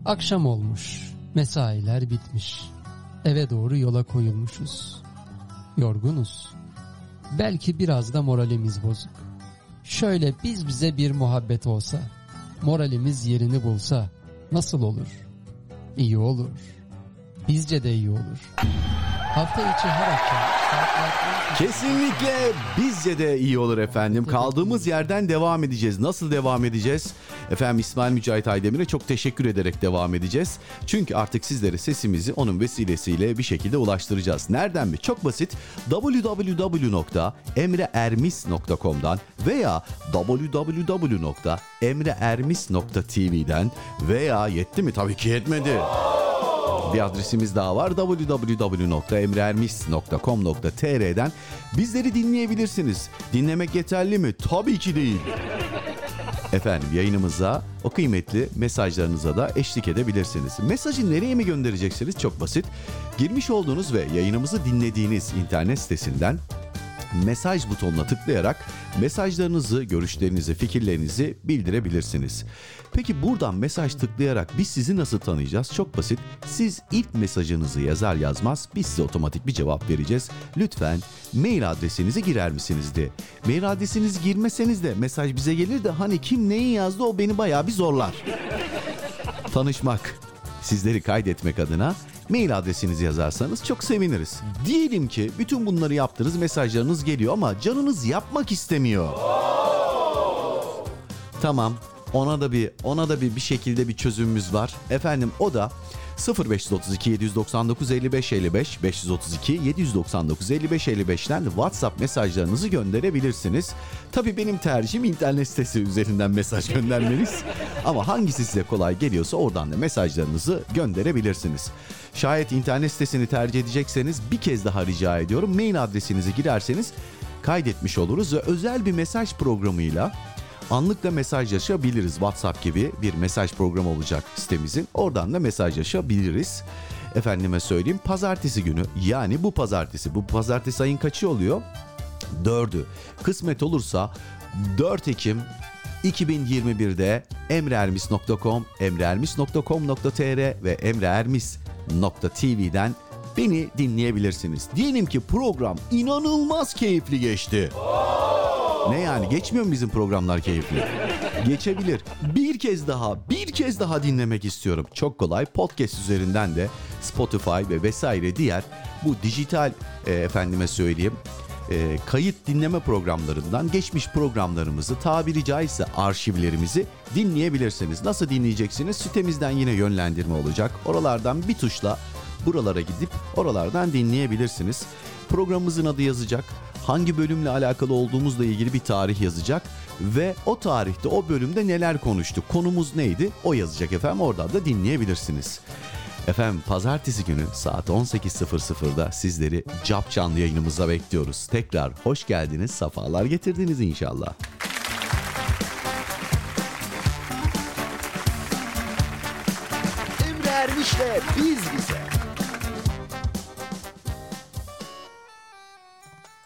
Akşam olmuş, mesailer bitmiş. Eve doğru yola koyulmuşuz. Yorgunuz. Belki biraz da moralimiz bozuk. Şöyle biz bize bir muhabbet olsa, moralimiz yerini bulsa nasıl olur? İyi olur. Bizce de iyi olur. Hafta içi her akşam kesinlikle bizce de iyi olur efendim. Kaldığımız yerden devam edeceğiz. Nasıl devam edeceğiz? Efendim İsmail Mücahit Aydemir'e çok teşekkür ederek devam edeceğiz. Çünkü artık sizlere sesimizi onun vesilesiyle bir şekilde ulaştıracağız. Nereden mi? Çok basit. www.emreermis.com'dan veya www.emreermis.tv'den veya yetti mi? Tabii ki yetmedi. Bir adresimiz daha var. www.emreermis.com.tr'den bizleri dinleyebilirsiniz. Dinlemek yeterli mi? Tabii ki değil. Efendim yayınımıza, o kıymetli mesajlarınıza da eşlik edebilirsiniz. Mesajı nereye mi göndereceksiniz? Çok basit. Girmiş olduğunuz ve yayınımızı dinlediğiniz internet sitesinden mesaj butonuna tıklayarak mesajlarınızı, görüşlerinizi, fikirlerinizi bildirebilirsiniz. Peki buradan mesaj tıklayarak biz sizi nasıl tanıyacağız? Çok basit. Siz ilk mesajınızı yazar yazmaz biz size otomatik bir cevap vereceğiz. Lütfen mail adresinizi girer misiniz diye. Mail adresinizi girmeseniz de mesaj bize gelir de hani kim neyi yazdı o beni bayağı bir zorlar. Tanışmak, sizleri kaydetmek adına mail adresinizi yazarsanız çok seviniriz. Diyelim ki bütün bunları yaptınız, mesajlarınız geliyor ama canınız yapmak istemiyor. Tamam, ona da bir şekilde bir çözümümüz var. Efendim o da 0532 799 55 55 532 799 55 55'ten WhatsApp mesajlarınızı gönderebilirsiniz. Tabii benim tercihim internet sitesi üzerinden mesaj göndermeniz. Ama hangisi size kolay geliyorsa oradan da mesajlarınızı gönderebilirsiniz. Şayet internet sitesini tercih edecekseniz bir kez daha rica ediyorum. Mail adresinizi girerseniz kaydetmiş oluruz ve özel bir mesaj programıyla anlıkla mesajlaşabiliriz. WhatsApp gibi bir mesaj programı olacak sitemizin. Oradan da mesajlaşabiliriz. Efendime söyleyeyim pazartesi günü yani bu pazartesi ayın kaçı oluyor? 4'ü. Kısmet olursa 4 Ekim 2021'de emreermis.com, emreermis.com.tr ve emreermis.tv'den beni dinleyebilirsiniz. Diyelim ki program inanılmaz keyifli geçti. Ne yani geçmiyor mu bizim programlar keyifli? Geçebilir. Bir kez daha dinlemek istiyorum. Çok kolay. Podcast üzerinden de Spotify ve vesaire diğer bu dijital kayıt dinleme programlarından geçmiş programlarımızı tabiri caizse arşivlerimizi dinleyebilirsiniz. Nasıl dinleyeceksiniz? Sitemizden yine yönlendirme olacak. Oralardan bir tuşla buralara gidip oralardan dinleyebilirsiniz. Programımızın adı yazacak. Hangi bölümle alakalı olduğumuzla ilgili bir tarih yazacak ve o tarihte o bölümde neler konuştuk, konumuz neydi o yazacak efendim, oradan da dinleyebilirsiniz. Efendim pazartesi günü saat 18.00'da sizleri Cap Canlı yayınımıza bekliyoruz. Tekrar hoş geldiniz, sefalar getirdiniz inşallah. Emre Ermiş'le biz